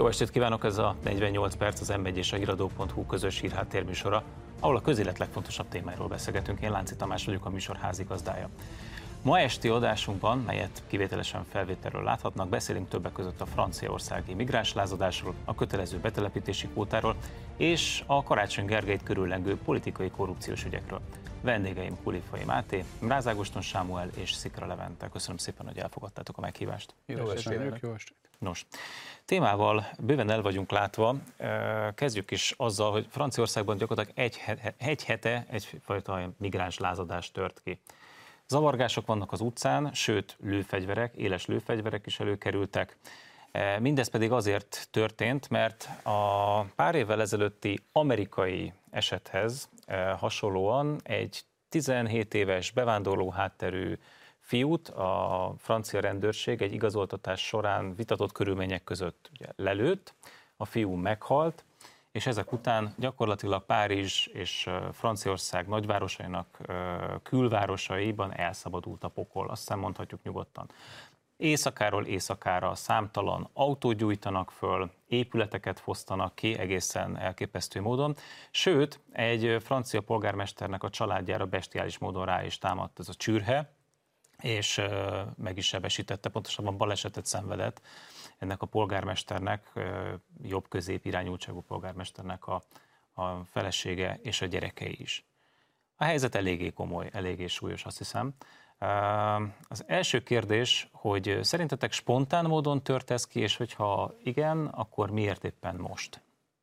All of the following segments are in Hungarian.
Jó estét kívánok, ez a 48 perc az M1 és a Híradó.hu közös hírháttérműsora, ahol a közélet legfontosabb témáiról beszélgetünk. Én Lánci Tamás vagyok, a műsor házigazdája. Ma esti adásunkban, melyet kivételesen felvételről láthatnak, beszélünk többek között a franciaországi migránslázadásról, a kötelező betelepítési kvótáról és a Karácsony Gergelyt körüllengő politikai korrupciós ügyekről. Vendégeim Kulifai Máté, Mráz Ágoston Sámuel és Szikra Levente. Köszönöm szépen, hogy elfogadtátok a meghívást. Jó estét! Nos, témával bőven el vagyunk látva. Kezdjük is azzal, hogy Franciaországban gyakorlatilag egy hete egyfajta migráns lázadás tört ki. Zavargások vannak az utcán, sőt lőfegyverek, éles lőfegyverek is előkerültek. Mindez pedig azért történt, mert a pár évvel ezelőtti amerikai esethez hasonlóan egy 17 éves bevándorló hátterű fiút a francia rendőrség egy igazoltatás során vitatott körülmények között ugye lelőtt, a fiú meghalt, és ezek után gyakorlatilag Párizs és Franciaország nagyvárosainak külvárosaiban elszabadult a pokol, azt hiszem mondhatjuk nyugodtan. Éjszakáról éjszakára számtalan autót gyújtanak föl, épületeket fosztanak ki egészen elképesztő módon, sőt, egy francia polgármesternek a családjára bestiális módon rá is támadt ez a csürhe, és meg is sebesítette, pontosabban balesetet szenvedett ennek a polgármesternek, jobb-közép irányultságú polgármesternek a felesége és a gyerekei is. A helyzet eléggé komoly, eléggé súlyos, azt hiszem. Az első kérdés, hogy szerintetek spontán módon tört ez ki, és hogyha igen, akkor miért éppen most?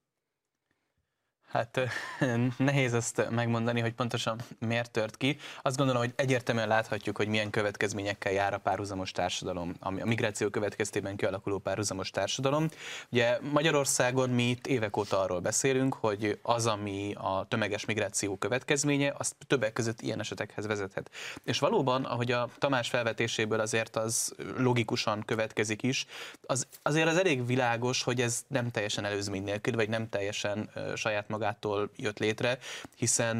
Hát nehéz ezt megmondani, hogy pontosan miért tört ki. Azt gondolom, hogy egyértelműen láthatjuk, hogy milyen következményekkel jár a párhuzamos társadalom, a migráció következtében kialakuló párhuzamos társadalom. Ugye Magyarországon mi itt évek óta arról beszélünk, hogy az, ami a tömeges migráció következménye, az többek között ilyen esetekhez vezethet. És valóban, ahogy a Tamás felvetéséből azért az logikusan következik is, azért az elég világos, hogy ez nem teljesen előzmény nélkül, vagy nem teljesen saját magától jött létre, hiszen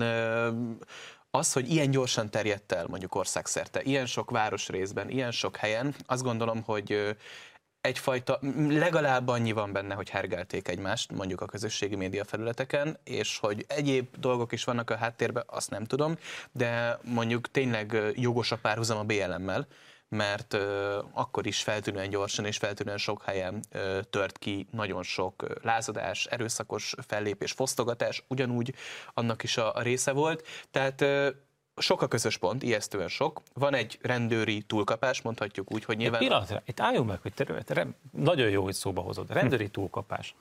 az, hogy ilyen gyorsan terjedt el mondjuk országszerte, ilyen sok városrészben, ilyen sok helyen, azt gondolom, hogy egyfajta, legalább annyi van benne, hogy hergelték egymást, mondjuk a közösségi média felületeken, és hogy egyéb dolgok is vannak a háttérben, azt nem tudom, de mondjuk tényleg jogos a párhuzam a BLM-mel, mert akkor is feltűnően gyorsan és feltűnően sok helyen tört ki nagyon sok lázadás, erőszakos fellépés, fosztogatás, ugyanúgy annak is a része volt. Tehát sok a közös pont, ijesztően sok. Van egy rendőri túlkapás, mondhatjuk úgy, hogy nyilván... Pillanatra, itt álljunk meg, hogy nagyon jó, hogy szóba hozod. Rendőri túlkapás.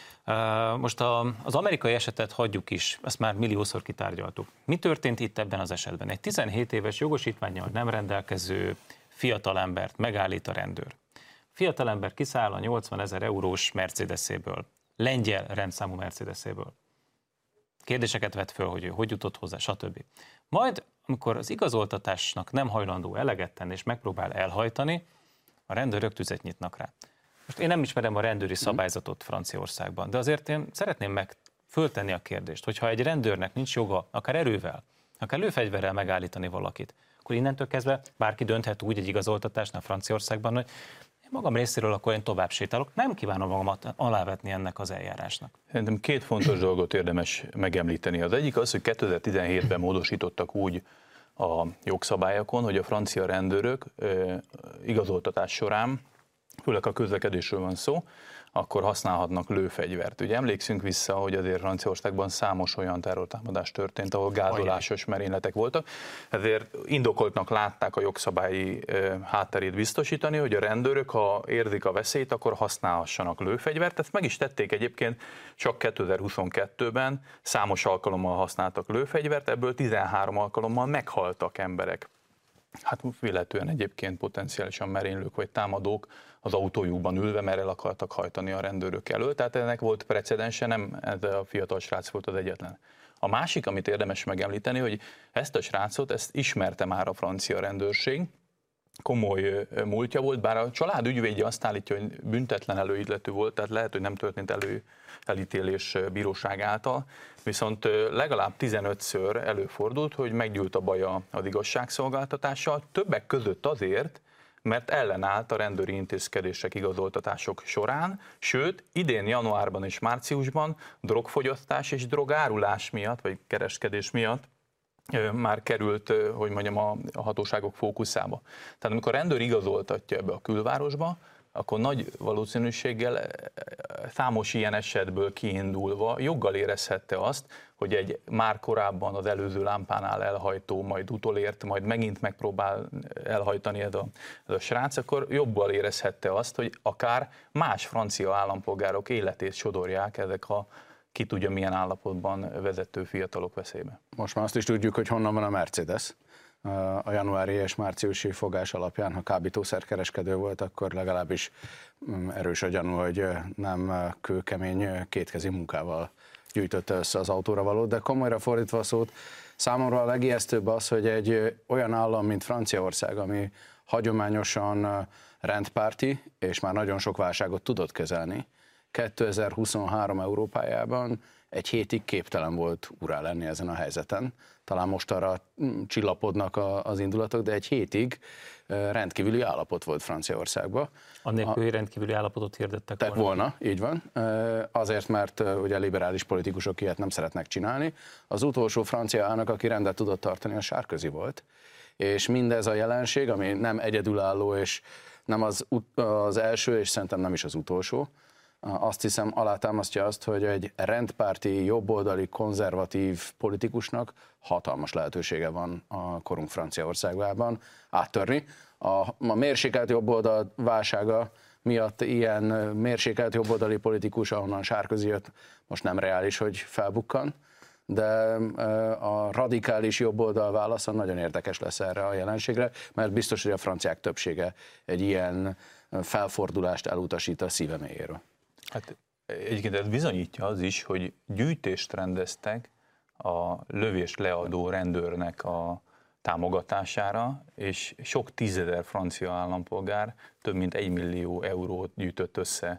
Most az amerikai esetet hagyjuk is, ezt már milliószor kitárgyaltuk. Mi történt itt ebben az esetben? Egy 17 éves jogosítvánnyal nem rendelkező fiatalembert megállít a rendőr. Fiatalember kiszáll a 80 000 eurós Mercedeséből, lengyel rendszámú Mercedeséből. Kérdéseket vet föl, hogy ő hogy jutott hozzá, stb. Majd, amikor az igazoltatásnak nem hajlandó eleget tenni és megpróbál elhajtani, a rendőrök tüzet nyitnak rá. Most én nem ismerem a rendőri szabályzatot Franciaországban, de azért én szeretném föltenni a kérdést, hogyha egy rendőrnek nincs joga, akár erővel, akár lőfegyverrel megállítani valakit, akkor innentől kezdve bárki dönthet úgy egy igazoltatásnál Franciaországban, hogy én magam részéről akkor én tovább sétálok, nem kívánom magamat alávetni ennek az eljárásnak. Szerintem két fontos dolgot érdemes megemlíteni. Az egyik az, hogy 2017-ben módosítottak úgy a jogszabályokon, hogy a francia rendőrök igazoltatás során, főleg a közlekedésről van szó, akkor használhatnak lőfegyvert. Ugye emlékszünk vissza, hogy azért Franciaországban számos olyan terrortámadás történt, ahol gázolásos merényletek voltak. Ezért indokoltnak látták a jogszabályi hátterét biztosítani, hogy a rendőrök, ha érzik a veszélyt, akkor használhassanak lőfegyvert. Ezt meg is tették egyébként, csak 2022-ben számos alkalommal használtak lőfegyvert, ebből 13 alkalommal meghaltak emberek. Hát illetően egyébként potenciálisan merénylők vagy támadók az autójukban ülve, mert el akartak hajtani a rendőrök elől, tehát ennek volt precedense, nem ez a fiatal srác volt az egyetlen. A másik, amit érdemes megemlíteni, hogy ezt a srácot, ezt ismerte már a francia rendőrség, komoly múltja volt, bár a család ügyvédje azt állítja, hogy büntetlen előillető volt, tehát lehet, hogy nem történt elítélés bíróság által, viszont legalább 15-ször előfordult, hogy meggyűlt a baja az igazságszolgáltatással, többek között azért, mert ellenállt a rendőri intézkedések, igazoltatások során, sőt, idén januárban és márciusban drogfogyasztás és drogárulás miatt, vagy kereskedés miatt már került, hogy mondjam, a hatóságok fókuszába. Tehát amikor a rendőr igazoltatja ebbe a külvárosba, akkor nagy valószínűséggel számos ilyen esetből kiindulva joggal érezhette azt, hogy egy már korábban az előző lámpánál elhajtó, majd utolért, majd megint megpróbál elhajtani ez a srác, akkor jobban érezhette azt, hogy akár más francia állampolgárok életét sodorják ezek a ki tudja milyen állapotban vezető fiatalok veszélybe. Most már azt is tudjuk, hogy honnan van a Mercedes. A januári és márciusi fogás alapján, ha kábítószerkereskedő volt, akkor legalábbis erős a gyanú, hogy nem kőkemény kétkezi munkával gyűjtötte össze az autóra valót, de komolyra fordítva a szót, számomra a legijesztőbb az, hogy egy olyan állam, mint Franciaország, ami hagyományosan rendpárti, és már nagyon sok válságot tudott kezelni, 2023 Európájában egy hétig képtelen volt urá lenni ezen a helyzeten. Talán most arra csillapodnak az indulatok, de egy hétig rendkívüli állapot volt Franciaországban. Annélkül, hogy rendkívüli állapotot hirdettek volna. Így van. Azért, mert ugye liberális politikusok ilyet nem szeretnek csinálni. Az utolsó francia elnök, aki rendet tudott tartani, a Sarkozy volt. És mindez a jelenség, ami nem egyedülálló, és nem az első, és szerintem nem is az utolsó, azt hiszem alátámasztja azt, hogy egy rendpárti, jobboldali, konzervatív politikusnak hatalmas lehetősége van a korunk Franciaországában áttörni. A mérsékelt jobboldal válsága miatt ilyen mérsékelt jobboldali politikus, ahonnan Sarkozy jött, most nem reális, hogy felbukkan, de a radikális jobboldal válasza nagyon érdekes lesz erre a jelenségre, mert biztos, hogy a franciák többsége egy ilyen felfordulást elutasít a szíve mélyéről. Hát egyébként ez bizonyítja az is, hogy gyűjtést rendeztek a lövést leadó rendőrnek a támogatására, és sok tízezer francia állampolgár több mint 1 millió eurót gyűjtött össze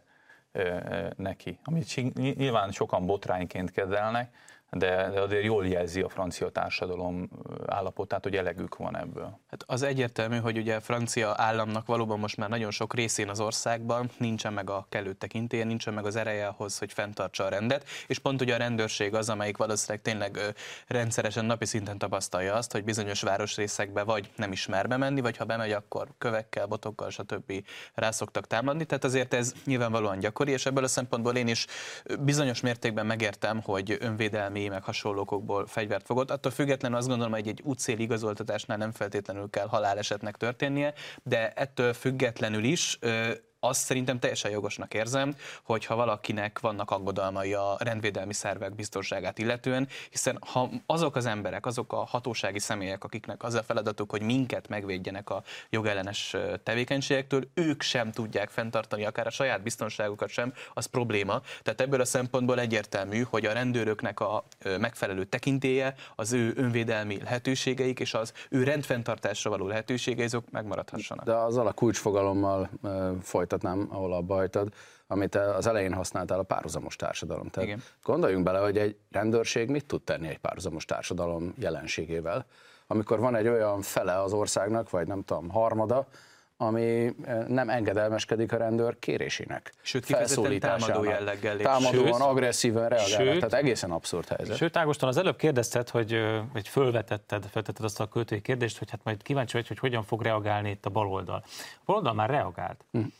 neki, amit nyilván sokan botrányként kezelnek, de azért jól jelzi a francia társadalom állapotát, hogy elegük van ebből. Hát az egyértelmű, hogy ugye a francia államnak valóban most már nagyon sok részén az országban nincsen meg a kellő tekintélye, nincsen meg az ereje ahhoz, hogy fenntartsa a rendet, és pont ugye a rendőrség az, amelyik valószínűleg tényleg rendszeresen napi szinten tapasztalja azt, hogy bizonyos városrészekbe vagy nem is mer bemenni, vagy ha bemegy, akkor kövekkel, botokkal, stb. Rá szoktak támadni, tehát azért ez nyilvánvalóan gyakori, és ebből a szempontból én is bizonyos mértékben megértem, hogy önvédelmi meg hasonlókokból fegyvert fogott. Attól függetlenül azt gondolom, hogy egy útszéli igazoltatásnál nem feltétlenül kell halálesetnek történnie, de ettől függetlenül is azt szerintem teljesen jogosnak érzem, hogyha valakinek vannak aggodalmai a rendvédelmi szervek biztonságát illetően, hiszen ha azok az emberek, azok a hatósági személyek, akiknek az a feladatuk, hogy minket megvédjenek a jogellenes tevékenységektől, ők sem tudják fenntartani akár a saját biztonságukat sem, az probléma. Tehát ebből a szempontból egyértelmű, hogy a rendőröknek a megfelelő tekintélye, az ő önvédelmi lehetőségeik és az ő rendfenntartásra való lehetőségei, azok megmaradhassanak. De azzal a kulcsfogalommal folytatnám, ahol abba hagytad, amit az elején használtál, a párhuzamos társadalom. Tehát igen. Gondoljunk bele, hogy egy rendőrség mit tud tenni egy párhuzamos társadalom jelenségével, amikor van egy olyan fele az országnak, vagy nem tudom, harmada, ami nem engedelmeskedik a rendőr kérésének. Sőt, kifejezetten támadó jelleggel. Támadóan, agresszíven reagálnak, tehát egészen abszurd helyzet. Sőt, Ágoston, az előbb kérdezted, hogy felvetetted azt a költői kérdést, hogy hát majd kíváncsi vagy, hogy hogyan fog reagálni itt a baloldal. A baloldal már reagált.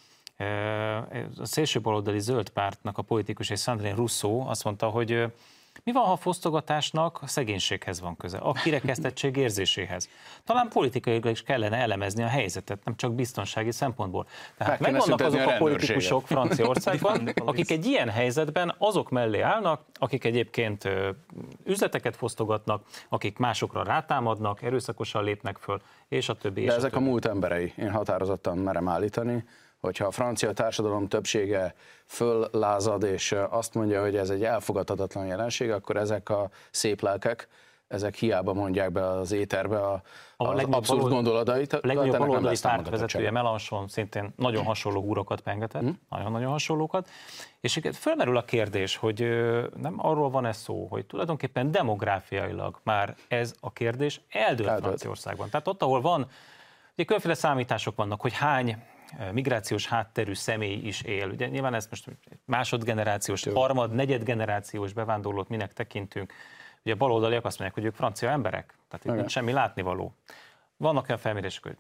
A szélső baloldali zöld pártnak a politikus és Sandrine Rousseau azt mondta, hogy mi van, ha a fosztogatásnak a szegénységhez van köze, a kirekesztettség érzéséhez? Talán politikailag is kellene elemezni a helyzetet, nem csak biztonsági szempontból. Tehát megvannak azok a politikusok Franciaországban, akik egy ilyen helyzetben azok mellé állnak, akik egyébként üzleteket fosztogatnak, akik másokra rátámadnak, erőszakosan lépnek föl, és a többi. De ezek a múlt emberei, én határozottan merem állítani, hogyha a francia társadalom többsége föllázad, és azt mondja, hogy ez egy elfogadhatatlan jelenség, akkor ezek a szép lelkek, ezek hiába mondják be az éterbe az abszurd gondolatait. A legnagyobb baloldali pártvezetője Mélenchon szintén nagyon hasonló húrokat pengetett, nagyon-nagyon hasonlókat, és fölmerül a kérdés, hogy nem arról van ez szó, hogy tulajdonképpen demográfiailag már ez a kérdés eldőlt Franciaországban. Tehát ott, ahol van Ugye különféle számítások vannak, hogy hány migrációs hátterű személy is él. Ugye nyilván ezt most másodgenerációs, negyedgenerációs bevándorlót minek tekintünk. Ugye a baloldaliak azt mondják, hogy ők francia emberek, tehát itt nincs semmi látnivaló. Vannak olyan felmérések, hogy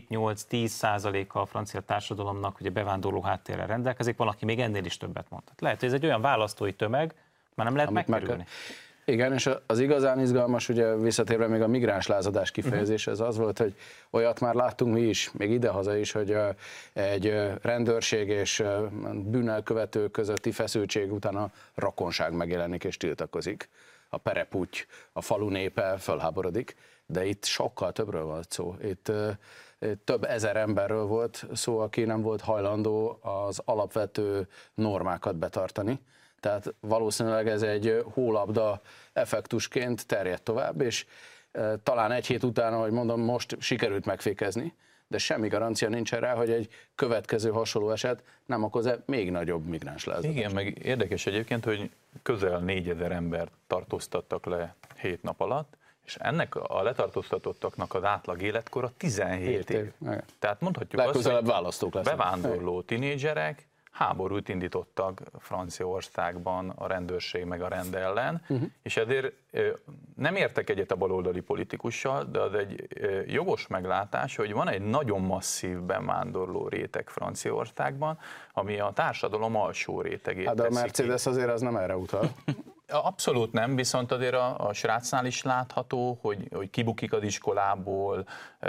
7-8-10% a francia társadalomnak ugye bevándorló háttérrel rendelkezik, van, aki még ennél is többet mond. Tehát lehet, hogy ez egy olyan választói tömeg, már nem lehet megkerülni. Igen, és az igazán izgalmas, ugye visszatérve még a migráns lázadás kifejezés, ez az volt, hogy olyat már láttunk mi is, még idehaza is, hogy egy rendőrség és bűnelkövető közötti feszültség után a rokonság megjelenik és tiltakozik. A pereputty, a falu népe fölháborodik, de itt sokkal többről volt szó. Itt több ezer emberről volt szó, aki nem volt hajlandó az alapvető normákat betartani. Tehát valószínűleg ez egy hólabda effektusként terjed tovább, és talán egy hét után, ahogy mondom, most sikerült megfékezni, de semmi garancia nincs rá, hogy egy következő hasonló eset nem okoz-e még nagyobb migráns lázadást. Igen, meg érdekes egyébként, hogy közel 4000 embert tartóztattak le 7 nap alatt, és ennek a letartóztatottaknak az átlag életkora 17 év. Tehát mondhatjuk azt, hogy bevándorló tinédzserek háborút indítottak Franciaországban a rendőrség meg a rend ellen, és ezért nem értek egyet a baloldali politikussal, de az egy jogos meglátás, hogy van egy nagyon masszív bevándorló réteg Franciaországban, ami a társadalom alsó rétegét teszi. De a Mercedes azért az nem erre utal. Abszolút nem, viszont azért a srácnál is látható, hogy kibukik az iskolából,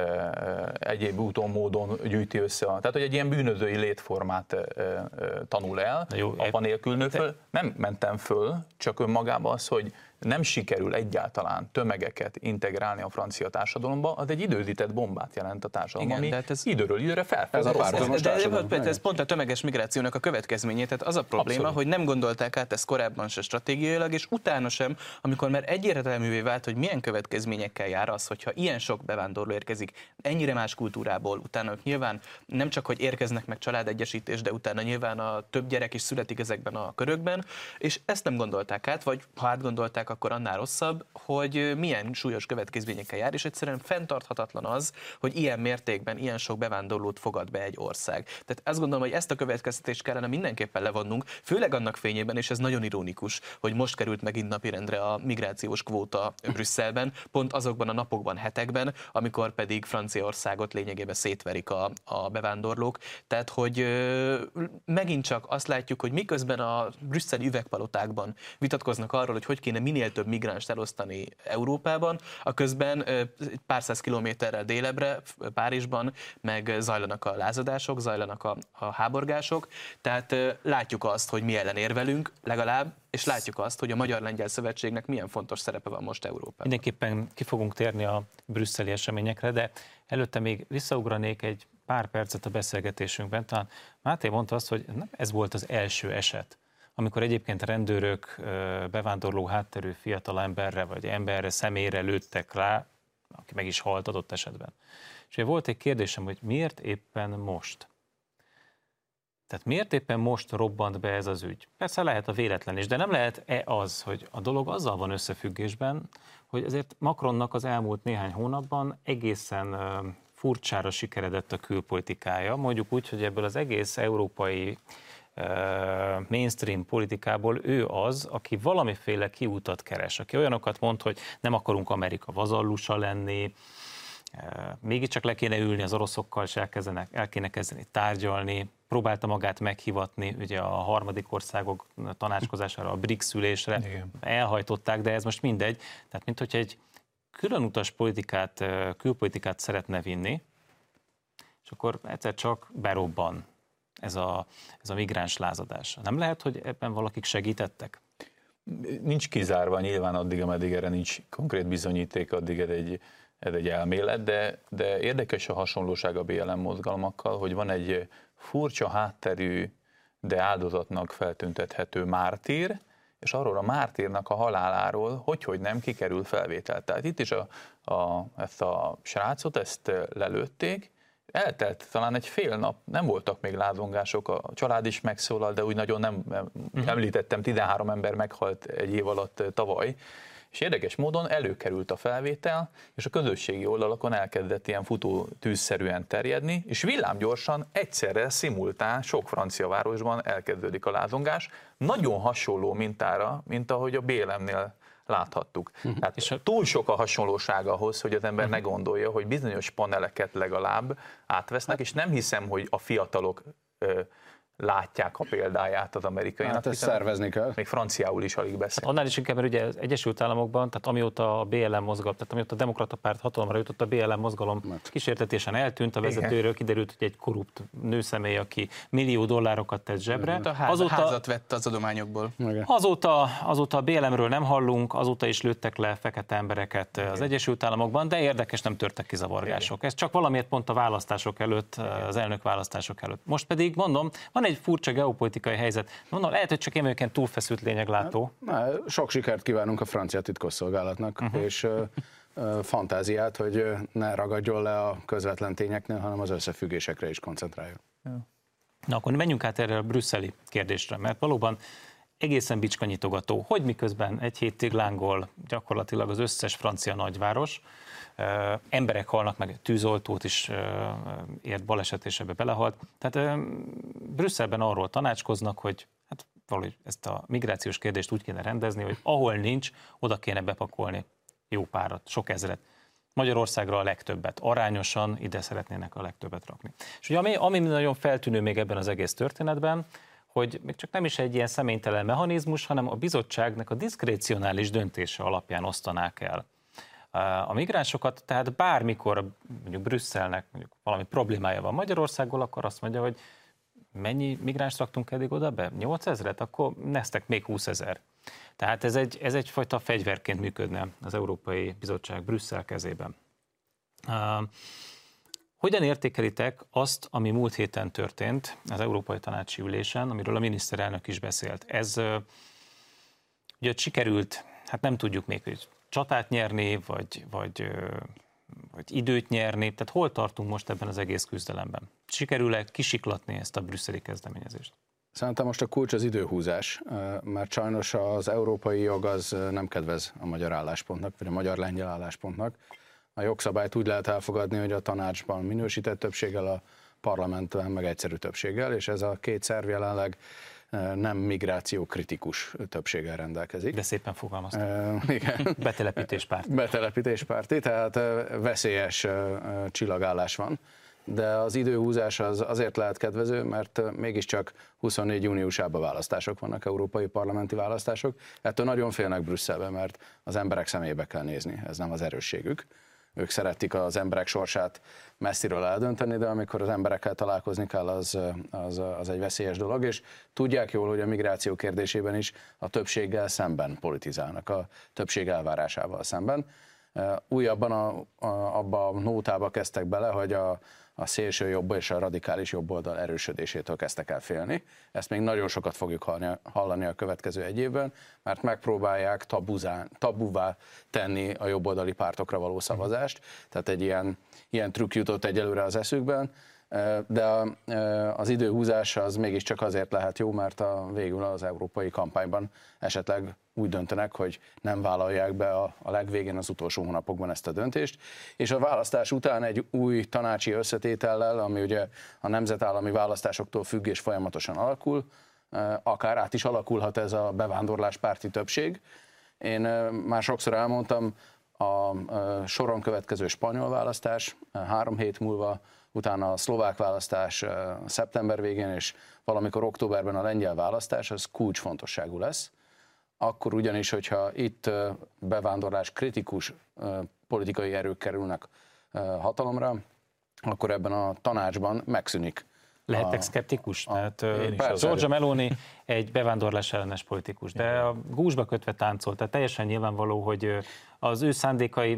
egyéb úton, módon gyűjti össze. Tehát, hogy egy ilyen bűnözői létformát tanul el, apa nélkül nő föl. Nem mentem föl, csak önmagában az, hogy nem sikerül egyáltalán tömegeket integrálni a francia társadalomba, az egy időzített bombát jelent a társadalomban, ami időről időre felfedez. Ez pont a tömeges migrációnak a következménye, tehát az a probléma, hogy nem gondolták át ezt korábban se stratégiailag, és utána sem, amikor már egyértelművé vált, hogy milyen következményekkel jár az, hogyha ilyen sok bevándorló érkezik, ennyire más kultúrából, utána ők nyilván nem csak, hogy érkeznek meg családegyesítés, de utána nyilván a több gyerek is születik ezekben a körökben, és ezt nem gondolták át, vagy ha átgondolták, akkor annál rosszabb, hogy milyen súlyos következményekkel jár, és egyszerűen fenntarthatatlan az, hogy ilyen mértékben, ilyen sok bevándorlót fogad be egy ország. Tehát azt gondolom, hogy ezt a következtetést kellene mindenképpen levonnunk, főleg annak fényében, és ez nagyon ironikus, hogy most került megint napirendre a migrációs kvóta Brüsszelben, pont azokban a napokban, hetekben, amikor pedig Franciaországot lényegében szétverik a bevándorlók. Tehát, hogy megint csak azt látjuk, hogy miközben a brüsszeli üvegpalotákban vitatkoznak arról, hogy kéne minél több migránst elosztani Európában, a közben pár száz kilométerrel délebbre, Párizsban meg zajlanak a lázadások, zajlanak a háborgások, tehát látjuk azt, hogy mi ellen érvelünk legalább, és látjuk azt, hogy a Magyar-Lengyel Szövetségnek milyen fontos szerepe van most Európában. Mindenképpen ki fogunk térni a brüsszeli eseményekre, de előtte még visszaugranék egy pár percet a beszélgetésünkben. Talán Máté mondta azt, hogy nem ez volt az első eset, amikor egyébként rendőrök bevándorló hátterű fiatalemberre vagy emberre, személyre lőttek rá, aki meg is halt adott esetben. És volt egy kérdésem, hogy miért éppen most? Tehát miért éppen most robbant be ez az ügy? Persze lehet a véletlen is, de nem lehet-e az, hogy a dolog azzal van összefüggésben, hogy azért Macronnak az elmúlt néhány hónapban egészen furcsára sikeredett a külpolitikája, mondjuk úgy, hogy ebből az egész európai mainstream politikából ő az, aki valamiféle kiutat keres, aki olyanokat mond, hogy nem akarunk Amerika vazallusa lenni, mégiscsak le kéne ülni az oroszokkal, és el kéne kezdeni tárgyalni, próbálta magát meghivatni ugye a harmadik országok tanácskozására, a BRICS ülésre, elhajtották, de ez most mindegy. Tehát mint hogy egy különutas politikát, külpolitikát szeretne vinni, és akkor egyszer csak berobban ez a migráns lázadás. Nem lehet, hogy ebben valakik segítettek? Nincs kizárva nyilván addig, ameddig erre nincs konkrét bizonyíték, addig ez egy elmélet, de érdekes a hasonlóság a BLM mozgalmakkal, hogy van egy furcsa hátterű, de áldozatnak feltüntethető mártír, és arról a mártírnak a haláláról hogy nem kikerül felvétel. Tehát itt is ezt a srácot, ezt lelőtték, eltelt talán egy fél nap, nem voltak még lázongások, a család is megszólal, de úgy nagyon nem említettem, 13 ember meghalt egy év alatt tavaly, És érdekes módon előkerült a felvétel, és a közösségi oldalakon elkezdett ilyen futó tűzszerűen terjedni, és villámgyorsan egyszerre, szimultán sok francia városban elkezdődik a lázongás, nagyon hasonló mintára, mint ahogy a BLM-nél láthattuk. Tehát és túl sok a hasonlóság ahhoz, hogy az ember ne gondolja, hogy bizonyos paneleket legalább átvesznek, és nem hiszem, hogy a fiatalok látják a példáját az amerikaiak. Hát ezt szervezni kell. Még franciául is alig beszél. Hát annál is inkább, mert ugye az Egyesült Államokban, tehát amióta a BLM mozgalom, tehát amióta a demokrata párt hatalomra jutott, a BLM mozgalom kísértetésen eltűnt, a vezetőről kiderült, hogy egy korrupt nőszemély, aki millió dollárokat tett zsebre. Házat vett az adományokból. Azóta a BLM-ről nem hallunk, azóta is lőttek le fekete embereket az Egyesült Államokban, de érdekes, nem törtek ki zavargások. Ez csak valamiért pont a választások előtt, az elnök választások előtt. Most pedig mondom, van egy furcsa geopolitikai helyzet. Mondom, lehet, hogy csak én vagyok ilyen túlfeszült lényeglátó. Sok sikert kívánunk a francia titkosszolgálatnak, és fantáziát, hogy ne ragadjon le a közvetlen tényeknél, hanem az összefüggésekre is koncentráljon. Na akkor menjünk át erre a brüsszeli kérdésre, mert valóban egészen bicskanyitogató, hogy miközben egy hétig lángol gyakorlatilag az összes francia nagyváros, emberek halnak meg, tűzoltót is ért baleset, és ebbe belehalt. Tehát Brüsszelben arról tanácskoznak, hogy hát valahogy ezt a migrációs kérdést úgy kéne rendezni, hogy ahol nincs, oda kéne bepakolni jó párat, sok ezret. Magyarországra a legtöbbet, arányosan ide szeretnének a legtöbbet rakni. És ugye ami nagyon feltűnő még ebben az egész történetben, hogy még csak nem is egy ilyen személytelen mechanizmus, hanem a bizottságnak a diszkrécionális döntése alapján osztanák el a migránsokat, tehát bármikor mondjuk Brüsszelnek mondjuk valami problémája van Magyarországgal, akkor azt mondja, hogy mennyi migránst raktunk eddig oda be? 8000-et? Akkor neztek még 20 000. Tehát ez egyfajta fegyverként működne az Európai Bizottság Brüsszel kezében. Hogyan értékelitek azt, ami múlt héten történt az Európai Tanácsi Ülésen, amiről a miniszterelnök is beszélt? Ez ugye sikerült, hát nem tudjuk még, hogy csatát nyerni, vagy időt nyerni, tehát hol tartunk most ebben az egész küzdelemben? Sikerül-e kisiklatni ezt a brüsszeli kezdeményezést? Szerintem most a kulcs az időhúzás, mert sajnos az európai jog az nem kedvez a magyar álláspontnak, vagy a magyar-lengyel álláspontnak. A jogszabályt úgy lehet elfogadni, hogy a tanácsban minősített többséggel, a parlamentben meg egyszerű többséggel, és ez a két szerv jelenleg nem migrációkritikus többséggel rendelkezik. De szépen fogalmaztam. Igen. Betelepítéspárti. Betelepítéspárti, tehát veszélyes csillagállás van. De az időhúzás az azért lehet kedvező, mert mégiscsak 24 júniusában választások vannak, európai parlamenti választások. Ettől nagyon félnek Brüsszelben, mert az emberek szemébe kell nézni, ez nem az erősségük. Ők szeretik az emberek sorsát messziről eldönteni, de amikor az emberekkel találkozni kell, az egy veszélyes dolog, és tudják jól, hogy a migráció kérdésében is a többséggel szemben politizálnak, a többség elvárásával szemben. Újabban abba a nótába kezdtek bele, hogy a szélső jobb és a radikális jobb oldal erősödésétől kezdtek el félni. Ezt még nagyon sokat fogjuk hallani a következő egy évben, mert megpróbálják tabuvá tenni a jobboldali pártokra való szavazást. Tehát egy ilyen trükk jutott egyelőre az eszükben, de az időhúzás az mégiscsak azért lehet jó, mert végül az európai kampányban esetleg úgy döntenek, hogy nem vállalják be a legvégén, az utolsó hónapokban ezt a döntést, és a választás után egy új tanácsi összetétellel, ami ugye a nemzetállami választásoktól függ és folyamatosan alakul, akár át is alakulhat ez a bevándorláspárti többség. Én már sokszor elmondtam, a soron következő spanyol választás 3 hét múlva, utána a szlovák választás szeptember végén, és valamikor októberben a lengyel választás, az kulcsfontosságú lesz. Akkor ugyanis, hogyha itt bevándorlás kritikus politikai erők kerülnek hatalomra, akkor ebben a tanácsban megszűnik. Lehetek szkeptikus? Tehát Giorgia Meloni egy bevándorlás ellenes politikus, de a gúzsba kötve táncol, tehát teljesen nyilvánvaló, hogy az ő szándékai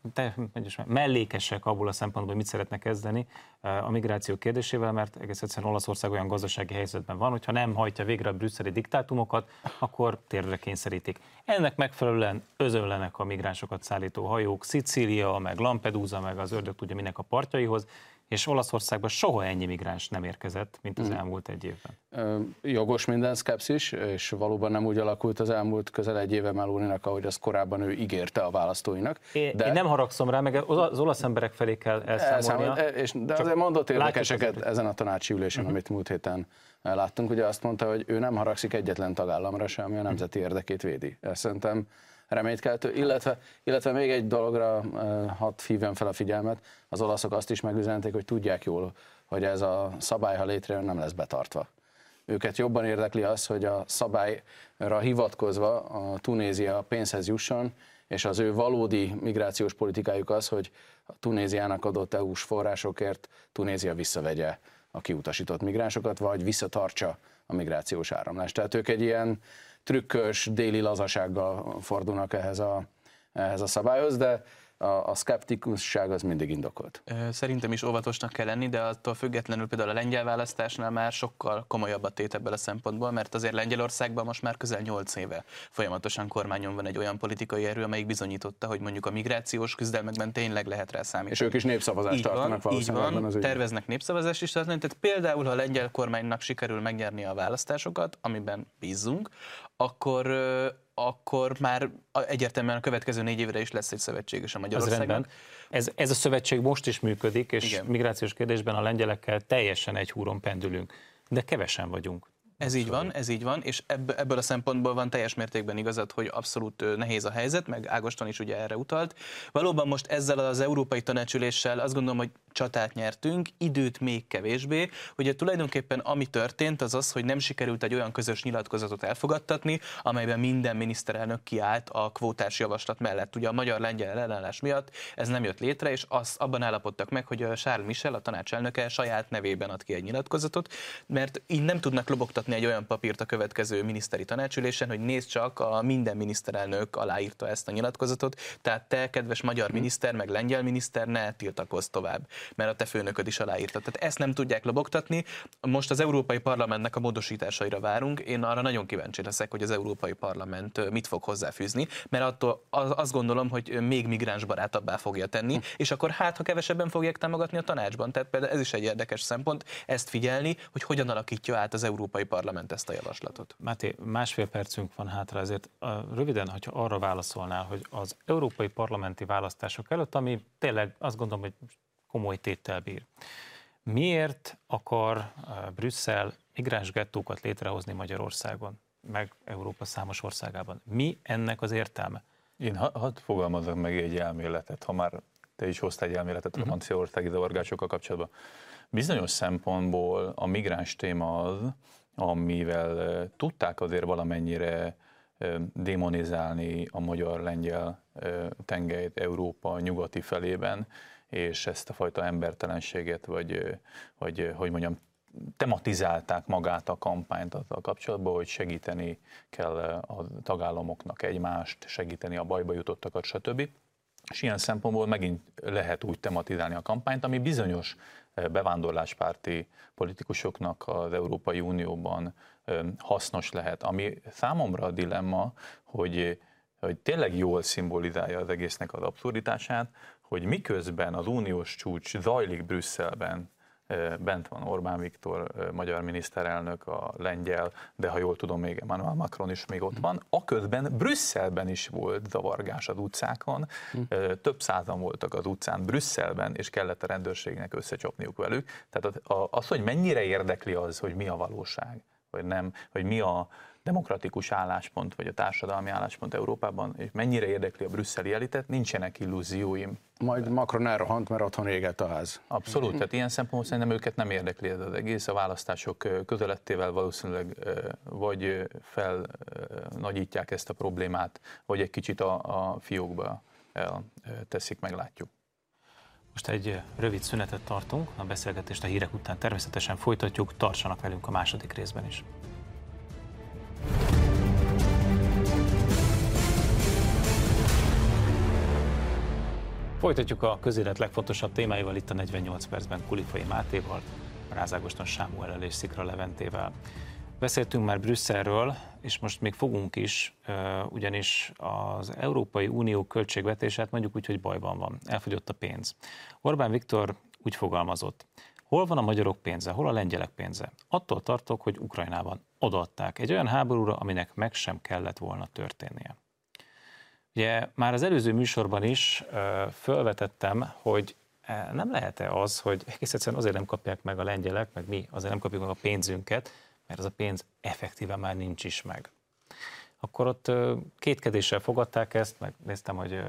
mellékesek abból a szempontból, hogy mit szeretne kezdeni a migráció kérdésével, mert egész egyszerűen Olaszország olyan gazdasági helyzetben van, hogyha nem hajtja végre a brüsszeli diktátumokat, akkor térdre kényszerítik. Ennek megfelelően özönlenek a migránsokat szállító hajók, Szicília, meg Lampedusa, meg az ördög tudja minek a partjaihoz, és Olaszországban soha ennyi migráns nem érkezett, mint az elmúlt egy évben. Jogos minden szkepszis, és valóban nem úgy alakult az elmúlt közel egy éve Meloninak, ahogy azt korábban ő ígérte a választóinak. Én nem haragszom rá, meg az olasz emberek felé kell elszámolnia. De azért mondott érdekeseket ezen a tanácsi ülésen, amit múlt héten láttunk. Ugye azt mondta, hogy ő nem haragszik egyetlen tagállamra sem, ami a nemzeti érdekét védi. Ezt szerintem reménykeltő, illetve még egy dologra hadd hívjam fel a figyelmet, az olaszok azt is megüzenték, hogy tudják jól, hogy ez a szabály, ha létrejön, nem lesz betartva. Őket jobban érdekli az, hogy a szabályra hivatkozva a Tunézia pénzhez jusson, és az ő valódi migrációs politikájuk az, hogy a Tunéziának adott EU-s forrásokért Tunézia visszavegye a kiutasított migránsokat, vagy visszatartsa a migrációs áramlást. Tehát ők egy ilyen trükkös, déli lazasággal fordulnak ehhez a szabályhoz, de a szkeptikusság az mindig indokolt. Szerintem is óvatosnak kell lenni, de attól függetlenül például a lengyel választásnál már sokkal komolyabb a tét ebből a szempontból, mert azért Lengyelországban most már közel 8 éve folyamatosan kormányon van egy olyan politikai erő, amelyik bizonyította, hogy mondjuk a migrációs küzdelmekben tényleg lehet rá számítani. És ők is népszavazást tartanak valószínűleg. Így van, terveznek népszavazást is tartani, tehát például, ha a lengyel kormánynak sikerül megnyerni a választásokat, amiben bízzunk, akkor már egyértelműen a következő 4 évre is lesz egy szövetséges a Magyarországnak. Ez a szövetség most is működik, és igen, migrációs kérdésben a lengyelekkel teljesen egy húron pendülünk, de kevesen vagyunk. Ez így van, és ebből a szempontból van teljes mértékben igazad, hogy abszolút nehéz a helyzet, meg Ágoston is ugye erre utalt. Valóban most ezzel az Európai Tanácsüléssel azt gondolom, hogy csatát nyertünk, időt még kevésbé. Ugye tulajdonképpen ami történt, az az, hogy nem sikerült egy olyan közös nyilatkozatot elfogadtatni, amelyben minden miniszterelnök kiállt a kvótás javaslat mellett. Ugye a magyar-lengyel ellenállás miatt ez nem jött létre, és abban állapodtak meg, hogy a Charles Michel, a tanácselnöke saját nevében ad ki egy nyilatkozatot, mert így nem tudnak lobogtatni egy olyan papírt a következő miniszteri tanácsülésen, hogy nézd csak, a minden miniszterelnök aláírta ezt a nyilatkozatot, tehát te, kedves magyar miniszter, meg lengyel miniszter, ne tiltakozz tovább, mert a te főnököd is aláírta. Tehát ezt nem tudják lobogtatni. Most az Európai Parlamentnek a módosításaira várunk. Én arra nagyon kíváncsi leszek, hogy az Európai Parlament mit fog hozzáfűzni, mert attól azt gondolom, hogy még migránsbarátabbá fogja tenni, és akkor ha kevesebben fogják támogatni a tanácsban. Tehát például ez is egy érdekes szempont, ezt figyelni, hogy hogyan alakítja át az Európai Parlament ezt a javaslatot. Máté, 1,5 percünk van hátra, ezért röviden, hogyha arra válaszolnál, hogy az európai parlamenti választások előtt, ami tényleg azt gondolom, hogy komoly téttel bír. Miért akar Brüsszel migráns gettókat létrehozni Magyarországon, meg Európa számos országában? Mi ennek az értelme? Én hadd fogalmazzak meg egy elméletet, ha már te is hoztál egy elméletet a franciaországi zavargásokkal kapcsolatban. Bizonyos szempontból a migráns téma az, amivel tudták azért valamennyire démonizálni a magyar-lengyel tengelyt Európa nyugati felében, és ezt a fajta embertelenséget, vagy hogy mondjam, tematizálták magát a kampányt azzal kapcsolatban, hogy segíteni kell a tagállamoknak egymást, segíteni a bajba jutottakat, stb. És ilyen szempontból megint lehet úgy tematizálni a kampányt, ami bizonyos bevándorláspárti politikusoknak az Európai Unióban hasznos lehet. Ami számomra a dilemma, hogy tényleg jól szimbolizálja az egésznek az abszurditását, hogy miközben az uniós csúcs zajlik Brüsszelben, bent van Orbán Viktor, magyar miniszterelnök, a lengyel, de ha jól tudom, még Emmanuel Macron is még ott van. Aközben Brüsszelben is volt zavargás az utcákon, több százan voltak az utcán Brüsszelben, és kellett a rendőrségnek összecsapniuk velük. Tehát az, hogy mennyire érdekli az, hogy mi a valóság, vagy nem, hogy mi a demokratikus álláspont, vagy a társadalmi álláspont Európában, és mennyire érdekli a brüsszeli elitet, nincsenek illúzióim. Majd Macron elrohant, mert otthon égett a ház. Abszolút, tehát ilyen szempontból szerintem őket nem érdekli ez az egész. A választások közelettével valószínűleg vagy felnagyítják ezt a problémát, vagy egy kicsit a fiókba elteszik, meglátjuk. Most egy rövid szünetet tartunk, a beszélgetést a hírek után természetesen folytatjuk, tartsanak velünk a második részben is. Folytatjuk a közélet legfontosabb témáival itt a 48 percben Kulifai Mátéval, Ráz Ágoston Sámuellel és Szikra Leventével. Beszéltünk már Brüsszelről, és most még fogunk is, ugyanis az Európai Unió költségvetését mondjuk úgy, hogy bajban van. Elfogyott a pénz. Orbán Viktor úgy fogalmazott. Hol van a magyarok pénze, hol a lengyelek pénze? Attól tartok, hogy Ukrajnában odaadták egy olyan háborúra, aminek meg sem kellett volna történnie. Ugye már az előző műsorban is felvetettem, hogy nem lehet-e az, hogy egész egyszerűen azért nem kapják meg a lengyelek, meg mi azért nem kapjuk meg a pénzünket, mert az a pénz effektíve már nincs is meg. Akkor ott kétkedéssel fogadták ezt, meg néztem, hogy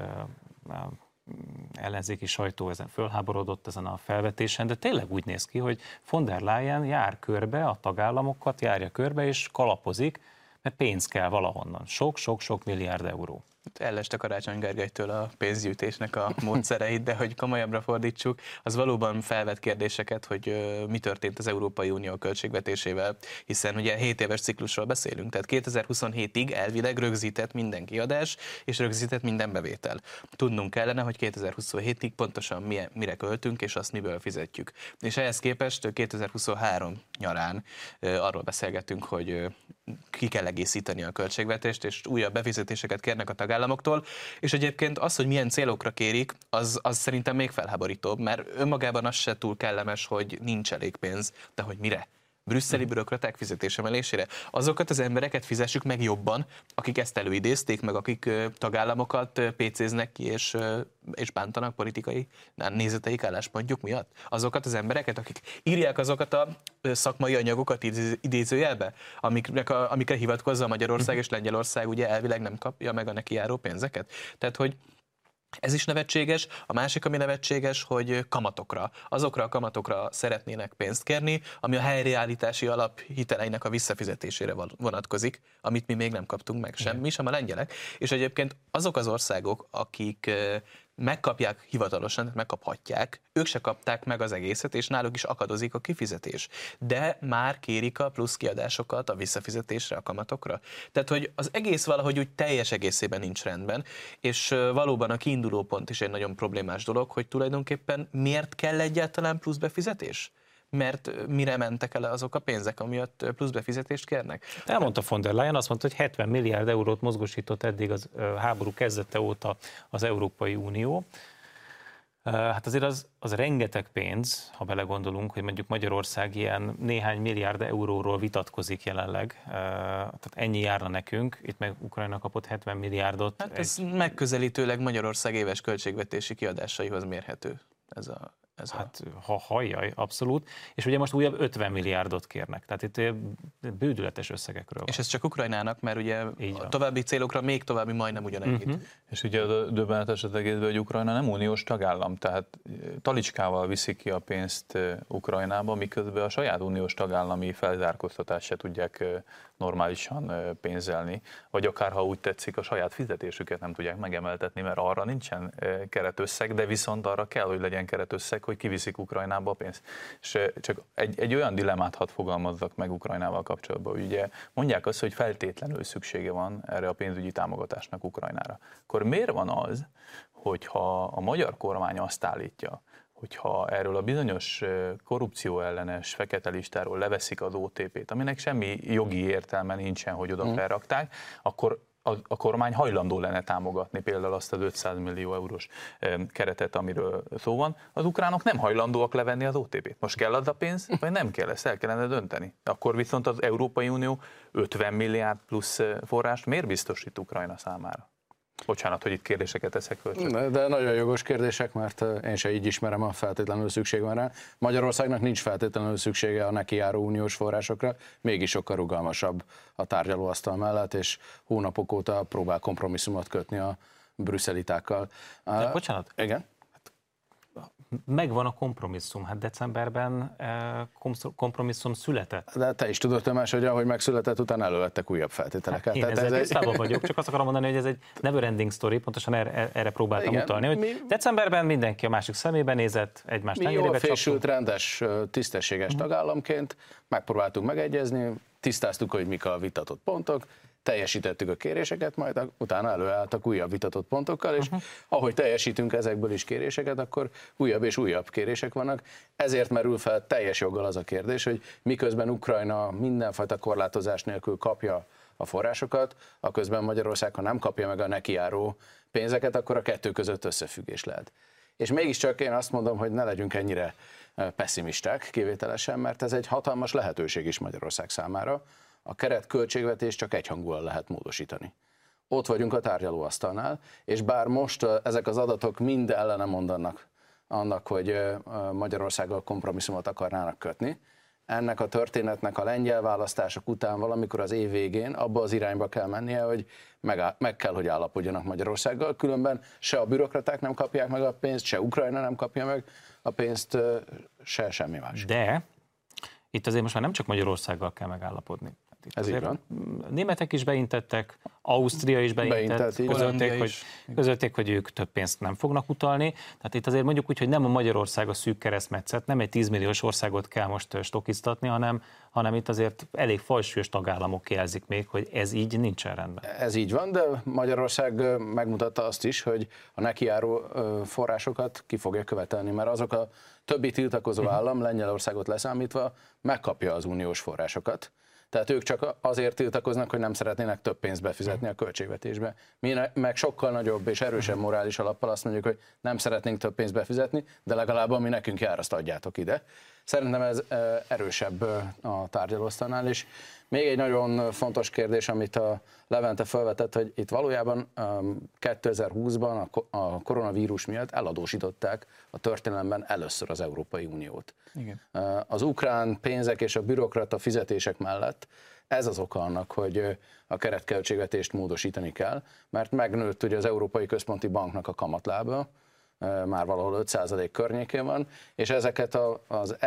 ellenzéki sajtó ezen fölháborodott ezen a felvetésen, de tényleg úgy néz ki, hogy von der Leyen jár körbe, a tagállamokat járja körbe, és kalapozik, mert pénz kell valahonnan. Sok milliárd euró. Elleste Karácsony Gergelytől a pénzgyűjtésnek a módszereit, de hogy komolyabbra fordítsuk, az valóban felvet kérdéseket, hogy mi történt az Európai Unió költségvetésével, hiszen ugye 7 éves ciklusról beszélünk, tehát 2027-ig elvileg rögzített minden kiadás, és rögzített minden bevétel. Tudnunk kellene, hogy 2027-ig pontosan mire költünk, és azt miből fizetjük. És ehhez képest 2023 nyarán arról beszélgetünk, hogy ki kell egészíteni a költségvetést, és újabb befizetéseket kérnek a tagállamoktól, és egyébként az, hogy milyen célokra kérik, az szerintem még felháborítóbb, mert önmagában az se túl kellemes, hogy nincs elég pénz, de hogy mire? Brüsszeli bürokraták fizetésemelésére. Azokat az embereket fizessük meg jobban, akik ezt előidézték, meg akik tagállamokat pécéznek ki, és bántanak politikai nézeteik, álláspontjuk miatt. Azokat az embereket, akik írják azokat a szakmai anyagokat idézőjelbe, amikre hivatkozza Magyarország és Lengyelország ugye elvileg nem kapja meg a neki járó pénzeket. Tehát, hogy ez is nevetséges. A másik, ami nevetséges, hogy azokra a kamatokra szeretnének pénzt kérni, ami a helyreállítási alap hiteleinek a visszafizetésére vonatkozik, amit mi még nem kaptunk meg, sem a lengyelek. És egyébként azok az országok, akik megkapják hivatalosan, megkaphatják, ők se kapták meg az egészet, és náluk is akadozik a kifizetés. De már kérik a plusz kiadásokat a visszafizetésre, a kamatokra. Tehát, hogy az egész valahogy úgy teljes egészében nincs rendben, és valóban a kiinduló pont is egy nagyon problémás dolog, hogy tulajdonképpen miért kell egyáltalán plusz befizetés? Mert mire mentek el azok a pénzek, amiatt plusz befizetést kérnek? Elmondta von der Leyen, azt mondta, hogy 70 milliárd eurót mozgósított eddig az háború kezdete óta az Európai Unió. Hát azért az rengeteg pénz, ha belegondolunk, hogy mondjuk Magyarország ilyen néhány milliárd euróról vitatkozik jelenleg, tehát ennyi járna nekünk, itt meg Ukrajna kapott 70 milliárdot. Hát ez megközelítőleg Magyarország éves költségvetési kiadásaihoz mérhető Hát hajjaj, abszolút. És ugye most újabb 50 milliárdot kérnek. Tehát itt bődületes összegekről van. És ez csak Ukrajnának, mert ugye a további célokra még további majdnem ugyanennyit. És ugye a döbbenetes az egészben, hogy Ukrajna nem uniós tagállam, tehát talicskával viszik ki a pénzt Ukrajnába, miközben a saját uniós tagállami felzárkóztatást se tudják normálisan pénzelni, vagy akár, ha úgy tetszik, a saját fizetésüket nem tudják megemeltetni, mert arra nincsen keretösszeg, de viszont arra kell, hogy legyen keretösszeg, hogy kiviszik Ukrajnába a pénzt. És csak egy olyan dilemmát hadd fogalmazzak meg Ukrajnával kapcsolatban, hogy ugye mondják azt, hogy feltétlenül szüksége van erre a pénzügyi támogatásnak Ukrajnára. Akkor miért van az, hogyha a magyar kormány azt állítja, hogyha erről a bizonyos korrupció ellenes fekete listáról leveszik az OTP-t, aminek semmi jogi értelme nincsen, hogy oda felrakták, akkor a kormány hajlandó lenne támogatni például azt az 500 millió eurós keretet, amiről szó van. Az ukránok nem hajlandóak levenni az OTP-t. Most kell az a pénz, vagy nem kell, ezt el kellene dönteni. Akkor viszont az Európai Unió 50 milliárd plusz forrást miért biztosít Ukrajna számára? Bocsánat, hogy itt kérdéseket teszek föl. De nagyon jogos kérdések, mert én se így ismerem, a feltétlenül szükség van rá. Magyarországnak nincs feltétlenül szüksége a neki járó uniós forrásokra, mégis sokkal rugalmasabb a tárgyalóasztal mellett, és hónapok óta próbál kompromisszumot kötni a brüsszelitákkal. De bocsánat? Igen? Megvan a kompromisszum, hát decemberben kompromisszum született. De te is tudod, Tamás, hogy ahogy megszületett, utána elővettek újabb feltételeket. Hát én ezzel tisztában vagyok, csak azt akarom mondani, hogy ez egy never ending story, pontosan erre próbáltam utalni, hogy decemberben mindenki a másik szemébe nézett, egymás tengerébe csaptunk. Mi jól fésült, rendes, tisztességes tagállamként megpróbáltunk megegyezni, tisztáztuk, hogy mik a vitatott pontok, teljesítettük a kéréseket, majd utána előálltak újabb vitatott pontokkal, és ahogy teljesítünk ezekből is kéréseket, akkor újabb és újabb kérések vannak. Ezért merül fel teljes joggal az a kérdés, hogy miközben Ukrajna mindenfajta korlátozás nélkül kapja a forrásokat, aközben Magyarország, ha nem kapja meg a neki járó pénzeket, akkor a kettő között összefüggés lehet. és mégiscsak én azt mondom, hogy ne legyünk ennyire pessimisták kivételesen, mert ez egy hatalmas lehetőség is Magyarország számára. A keret költségvetés csak egyhangúan lehet módosítani. Ott vagyunk a tárgyalóasztalnál, és bár most ezek az adatok mind ellene mondanak annak, hogy Magyarországgal kompromisszumot akarnának kötni, ennek a történetnek a lengyel választások után valamikor az év végén abba az irányba kell mennie, hogy meg kell, hogy állapodjanak Magyarországgal, különben se a bürokraták nem kapják meg a pénzt, se Ukrajna nem kapja meg a pénzt, se semmi más. De itt azért most már nem csak Magyarországgal kell megállapodni. Ez így van. Németek is beintettek, Ausztria is beintett, közölték, hogy ők több pénzt nem fognak utalni. Tehát itt azért mondjuk úgy, hogy nem a Magyarország a szűk keresztmetszet, nem egy 10 milliós országot kell most stokiztatni, hanem itt azért elég fajsúlyos tagállamok jelzik még, hogy ez így nincsen rendben. Ez így van, de Magyarország megmutatta azt is, hogy a nekiáró forrásokat ki fogja követelni, mert azok a többi tiltakozó állam, Lengyelországot leszámítva, megkapja az uniós forrásokat. Tehát ők csak azért tiltakoznak, hogy nem szeretnének több pénzt befizetni a költségvetésbe. Mi meg sokkal nagyobb és erősebb morális alappal azt mondjuk, hogy nem szeretnénk több pénzt befizetni, de legalább ami nekünk jár, azt adjátok ide. Szerintem ez erősebb a tárgyalóasztalnál is. Még egy nagyon fontos kérdés, amit a Levente felvetett, hogy itt valójában 2020-ban a koronavírus miatt eladósították a történelemben először az Európai Uniót. Igen. Az ukrán pénzek és a bürokrata fizetések mellett ez az oka annak, hogy a keretköltségvetést módosítani kell, mert megnőtt ugye az Európai Központi Banknak a kamatlába, már valahol 5% környékén van, és ezeket a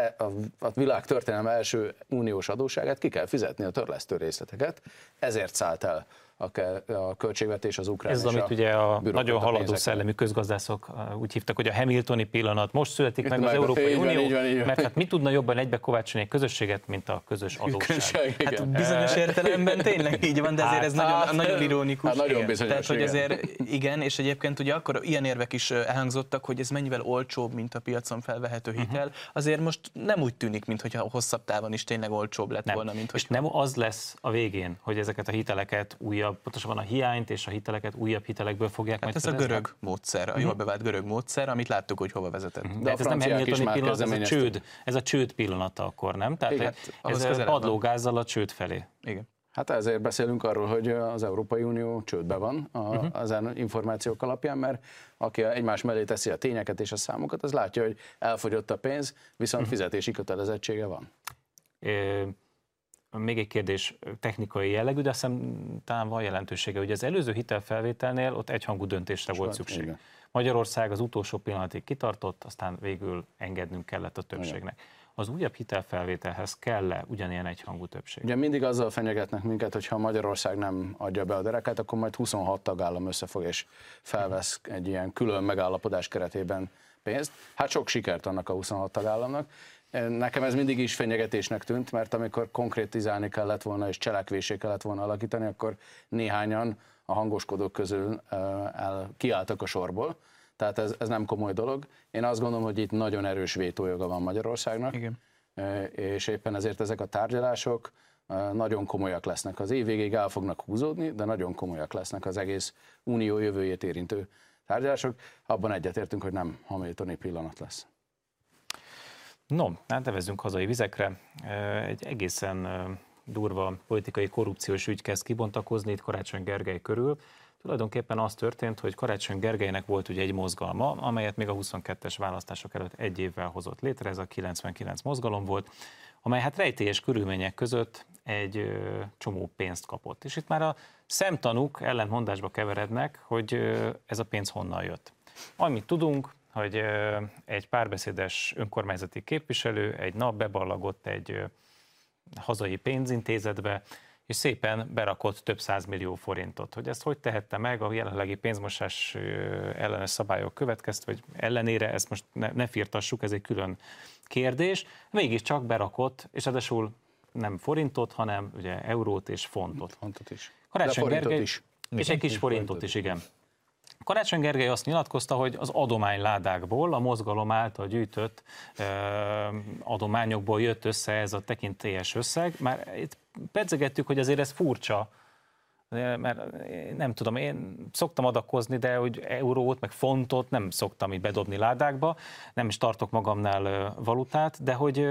világ történelem első uniós adósságát ki kell fizetni, a törlesztő részleteket, ezért szállt el a költségvetés az ukrán. Ez, amit ugye a nagyon haladó szellemű közgazdászok úgy hívtak, hogy a Hamiltoni pillanat. Most születik meg az Európai Unió, így van. Mert hát mi tudna jobban egybe kovácsolni egy közösséget, mint a közös adósság. Hát bizonyos értelemben tényleg így van, de ezért ez nagyon ironikus. Hát nagyon bizonyos, tehát, hogy azért igen, és egyébként ugye akkor ilyen érvek is elhangzottak, hogy ez mennyivel olcsóbb, mint a piacon felvehető hitel. Azért most nem úgy tűnik, mintha hosszabb távon is tényleg olcsóbb lett volna, mint hogy. És nem az lesz a végén, hogy ezeket a hiteleket pontosabban a hiányt és a hiteleket újabb hitelekből fogják majd ez fedezni. A görög módszer, a jól bevált görög módszer, amit láttuk, hogy hova vezetett. De ez nem Hamiltoni pillanat, ez a csőd pillanata akkor, nem? Tehát igen, ez padlógázzal a csőd felé. Igen. Hát ezért beszélünk arról, hogy az Európai Unió csődbe van az információk alapján, mert aki egymás mellé teszi a tényeket és a számokat, az látja, hogy elfogyott a pénz, viszont fizetési kötelezettsége van. Még egy kérdés technikai jellegű, de azt hiszem talán van jelentősége. Ugye az előző hitelfelvételnél ott egyhangú döntésre volt szükség. Igen. Magyarország az utolsó pillanatig kitartott, aztán végül engednünk kellett a többségnek. Igen. Az újabb hitelfelvételhez kell-e ugyanilyen egyhangú többség? Ugye mindig azzal fenyegetnek minket, hogy ha Magyarország nem adja be a derekát, akkor majd 26 tagállam összefog és felvesz egy ilyen külön megállapodás keretében pénzt. Hát sok sikert annak a 26 tagállamnak. Nekem ez mindig is fenyegetésnek tűnt, mert amikor konkrétizálni kellett volna és cselekvésé kellett volna alakítani, akkor néhányan a hangoskodók közül kiálltak a sorból. Tehát ez nem komoly dolog. Én azt gondolom, hogy itt nagyon erős vétójoga van Magyarországnak, igen. És éppen ezért ezek a tárgyalások nagyon komolyak lesznek. Az év végéig el fognak húzódni, de nagyon komolyak lesznek az egész unió jövőjét érintő tárgyalások. Abban egyetértünk, hogy nem Hamiltoni pillanat lesz. No, hát nevezzünk hazai vizekre. Egy egészen durva politikai korrupciós ügy kezd kibontakozni itt Karácsony Gergely körül. Tulajdonképpen az történt, hogy Karácsony Gergelynek volt ugye egy mozgalma, amelyet még a 22-es választások előtt egy évvel hozott létre, ez a 99 mozgalom volt, amely hát rejtélyes körülmények között egy csomó pénzt kapott. És itt már a szemtanúk ellentmondásba keverednek, hogy ez a pénz honnan jött. Amit tudunk, hogy egy párbeszédes önkormányzati képviselő egy nap beballagott egy hazai pénzintézetbe, és szépen berakott több 100 millió forintot. Hogy ezt hogy tehette meg a jelenlegi pénzmosás ellenes szabályok következtve, vagy ellenére, ezt most ne firtassuk, ez egy külön kérdés. Mégiscsak berakott, és ráadásul nem forintot, hanem ugye eurót és fontot. Fontot is. Karácsony Gergely is. És egy kis forintot is, igen. Karácsony Gergely azt nyilatkozta, hogy az adományládákból, a mozgalom által gyűjtött adományokból jött össze ez a tekintélyes összeg. Már itt pedzegettük, hogy azért ez furcsa mert nem tudom, én szoktam adakozni, de hogy eurót, meg fontot nem szoktam így bedobni ládákba, nem is tartok magamnál valutát, de hogy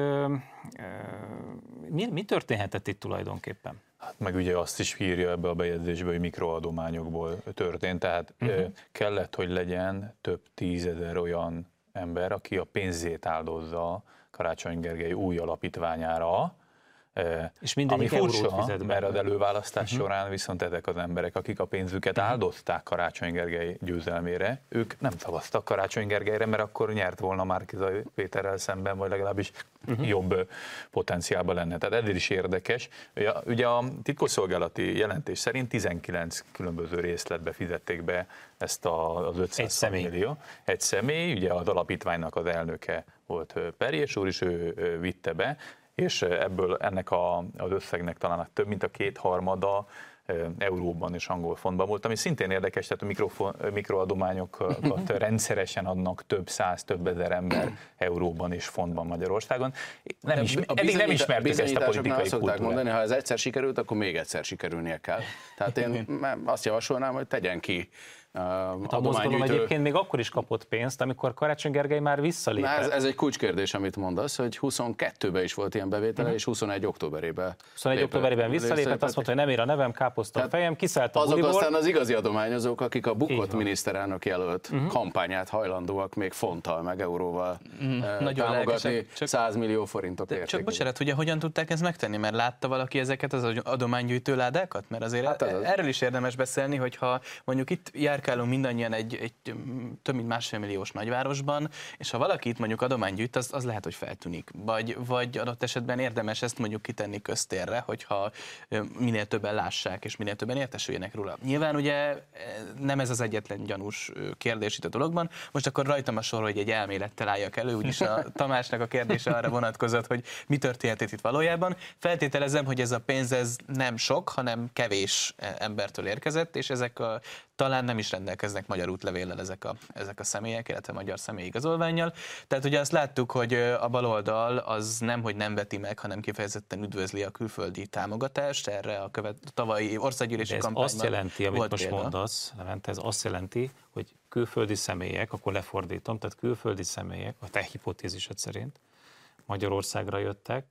mi történhetett itt tulajdonképpen? Hát meg ugye azt is írja ebbe a bejegyzésbe, hogy mikroadományokból történt, tehát kellett, hogy legyen több 10 000 olyan ember, aki a pénzét áldozza Karácsony Gergely új alapítványára, és ami furcsa, mert az előválasztás során viszont ezek az emberek, akik a pénzüket áldozták Karácsony Gergely győzelmére, ők nem szavaztak Karácsony Gergelyre, mert akkor nyert volna Márki-Zay Péterrel szemben, vagy legalábbis jobb potenciálban lenne. Tehát ez is érdekes. Ugye a titkosszolgálati jelentés szerint 19 különböző részletbe fizették be ezt az 500 millió. Egy személy, ugye az alapítványnak az elnöke volt Perjes úr, és ő vitte be, és ebből ennek az összegnek talán több mint a 2/3 euróban és angol fontban volt, ami szintén érdekes, tehát a mikroadományokat rendszeresen adnak több száz, több ezer ember euróban és fontban Magyarországon. Eddig nem ismertük ezt a politikai kultúrát. Mondani, ha ez egyszer sikerült, akkor még egyszer sikerülnie kell. Tehát én azt javasolnám, hogy tegyen ki a mozgalom egyébként még akkor is kapott pénzt, amikor Karácsony Gergely már visszalépett. Ez egy kulcskérdés, amit mondasz, hogy 22-ben is volt ilyen bevétele, és 21 októberében. 21 októberében visszalépett, azt mondta, hogy nem ér a nevem, káposzta a fejem, kiszállt a buliból. Azok aztán az igazi adományozók, akik a bukott miniszterelnök jelölt kampányát hajlandóak még fonttal, meg euróval támogatni 100 millió forintok értékű. Csak bocsánat, ugye hogyan tudták ezt megtenni? Mert látta valaki ezeket az adománygyűjtő ládákat? Mert azért erről is érdemes beszélni, hogyha mondjuk itt járkálunk mindannyian egy több mint 1,5 milliós nagyvárosban, és ha valaki itt mondjuk adományt gyűjt, az lehet, hogy feltűnik. Vagy adott esetben érdemes ezt mondjuk kitenni köztérre, hogyha minél többen lássák, és minél többen értesüljenek róla. Nyilván ugye nem ez az egyetlen gyanús kérdés itt a dologban. Most akkor rajtam a sor, hogy egy elmélettel álljak elő, úgyis a Tamásnak a kérdése arra vonatkozott, hogy mi történhet itt valójában. Feltételezem, hogy ez a pénz ez nem sok, hanem kevés embertől érkezett, és ezek talán nem is rendelkeznek magyar útlevéllel ezek a személyek, illetve magyar személyigazolvánnyal. Tehát ugye azt láttuk, hogy a baloldal az nemhogy nem veti meg, hanem kifejezetten üdvözli a külföldi támogatást, erre a tavalyi országgyűlési kampányban. Ez azt jelenti, amit most mondasz, Levente, ez azt jelenti, hogy külföldi személyek, akkor lefordítom, tehát külföldi személyek, a te hipotézised szerint Magyarországra jöttek,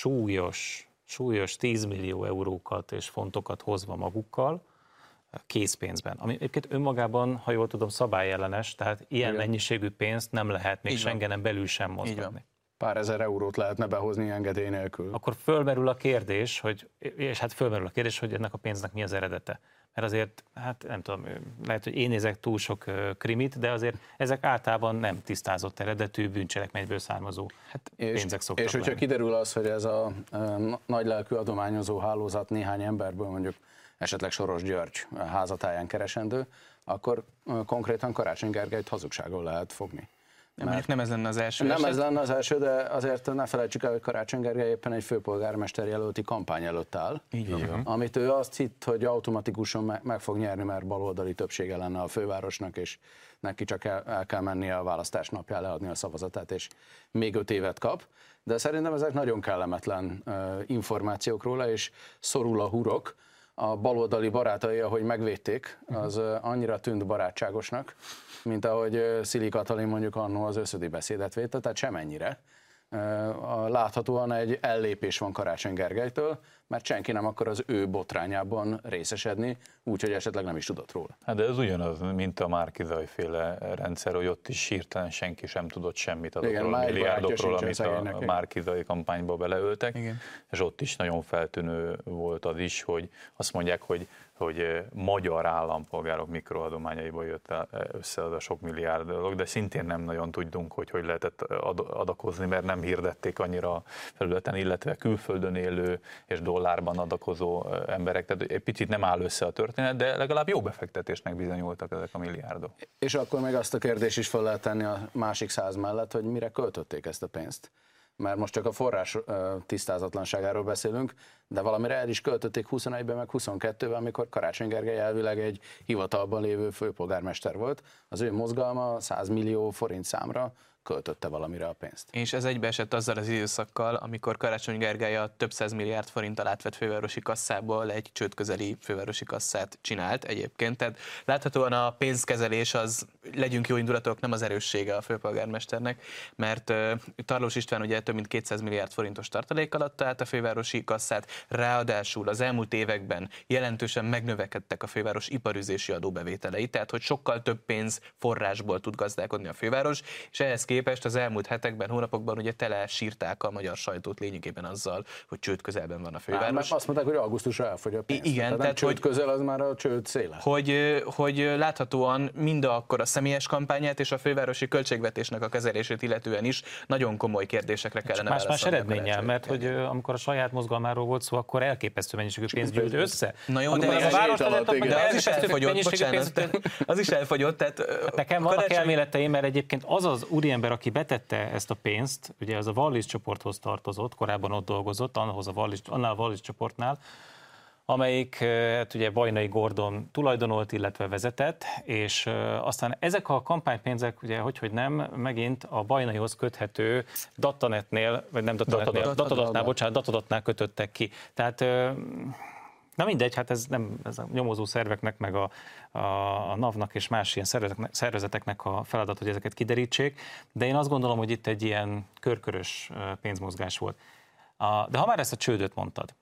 súlyos 10 millió eurókat és fontokat hozva magukkal, készpénzben, ami egyébként önmagában, ha jól tudom, szabályellenes, tehát ilyen mennyiségű pénzt nem lehet még Schengenen belül sem mozgatni. Pár ezer eurót lehetne behozni engedély nélkül. Akkor fölmerül a kérdés, hogy ennek a pénznek mi az eredete. Mert azért, hát nem tudom, lehet, hogy én nézek túl sok krimit, de azért ezek általában nem tisztázott eredetű bűncselekményből származó pénzek szoktak És hogyha kiderül az, hogy ez a nagylelkű adományozó hálózat néhány emberből, mondjuk esetleg Soros György házatáján keresendő, akkor konkrétan Karácsony Gergelyt hazugsággal lehet fogni. Mondjuk nem ez lenne az első Nem ez lenne az első, de azért ne felejtsük el, hogy Karácsony Gergely éppen egy főpolgármester jelölti kampány előtt áll, amit ő azt hitt, hogy automatikusan meg fog nyerni, mert baloldali többsége lenne a fővárosnak, és neki csak el kell mennie a választás napján leadni a szavazatát, és még 5 évet kap. De szerintem ezek nagyon kellemetlen információk róla, és szorul a hurok. A baloldali barátai, ahogy megvédték, az annyira tűnt barátságosnak, mint ahogy Szili Katalin mondjuk annó az összödi beszédet védte, tehát semennyire. Láthatóan egy ellépés van Karácsony Gergelytől, mert senki nem akar az ő botrányában részesedni, úgyhogy esetleg nem is tudott róla. Hát de ez ugyanaz, mint a Márki-Zay féle rendszer, hogy ott is hirtelen senki sem tudott semmit azokról a milliárdokról, amit a Márki-Zay kampányba beleöltek, és ott is nagyon feltűnő volt az is, hogy azt mondják, hogy magyar állampolgárok mikroadományaiból jött össze az a sok milliárd dolog, de szintén nem nagyon tudunk, hogy lehetett adakozni, mert nem hirdették annyira felületen, illetve külföldön élő és dollárban adakozó emberek, tehát egy picit nem áll össze a történet, de legalább jó befektetésnek bizonyultak ezek a milliárdok. És akkor meg azt a kérdést is fel lehet tenni a másik 100 mellett, hogy mire költötték ezt a pénzt. Mert most csak a forrás tisztázatlanságáról beszélünk, de valamire el is költötték 21-ben, meg 22-ben, amikor Karácsony Gergely elvileg egy hivatalban lévő főpolgármester volt. Az ő mozgalma 100 millió forint számra költötte valamire a pénzt. És ez egybeesett azzal az időszakkal, amikor Karácsony Gergely a több 100 milliárd forinttal átvett fővárosi kasszából egy csődközeli fővárosi kasszát csinált egyébként. Tehát láthatóan a pénzkezelés az, legyünk jó indulatok, nem az erőssége a főpolgármesternek, mert Tarlós István ugye több mint 200 milliárd forintos tartalékkal adta át a fővárosi kasszát, ráadásul az elmúlt években jelentősen megnövekedtek a főváros iparüzési adóbevételei, tehát hogy sokkal több pénz forrásból tud gazdálkodni a főváros, és ehhez képest az elmúlt hetekben, hónapokban ugye tele sírták a magyar sajtót lényegében azzal, hogy csőd közelben van a főváros. Azt mondták, hogy augusztusra elfogy a pénz. Igen, tehát csőd közel, az már a csőd széle. Hogy láthatóan mind akkor a személyes kampányát és a fővárosi költségvetésnek a kezelését illetően is nagyon komoly kérdésekre kellene válaszolni. Más eredménnyel, mert hogy amikor a saját mozgalmáról volt szó, akkor elképesztő mennyiségű pénz gyűlt össze. Na jó, de az is elfogyott. Tehát nekem vannak elméleteim, mert egyébként az az úriember, aki betette ezt a pénzt, ugye az a Wallis csoporthoz tartozott, korábban ott dolgozott, annál a Wallis csoportnál, amelyik hát ugye Vajnai Gordon tulajdonolt, illetve vezetett, és aztán ezek a kampánypénzek, ugye hogy nem, megint a Vajnaihoz köthető Datanetnél, vagy nem Datanetnél, Datadatnál kötöttek ki. Tehát na mindegy, hát ez a nyomozó szerveknek, meg a NAV-nak és más ilyen szervezeteknek a feladat, hogy ezeket kiderítsék, de én azt gondolom, hogy itt egy ilyen körkörös pénzmozgás volt. De ha már ezt a csődöt mondtad,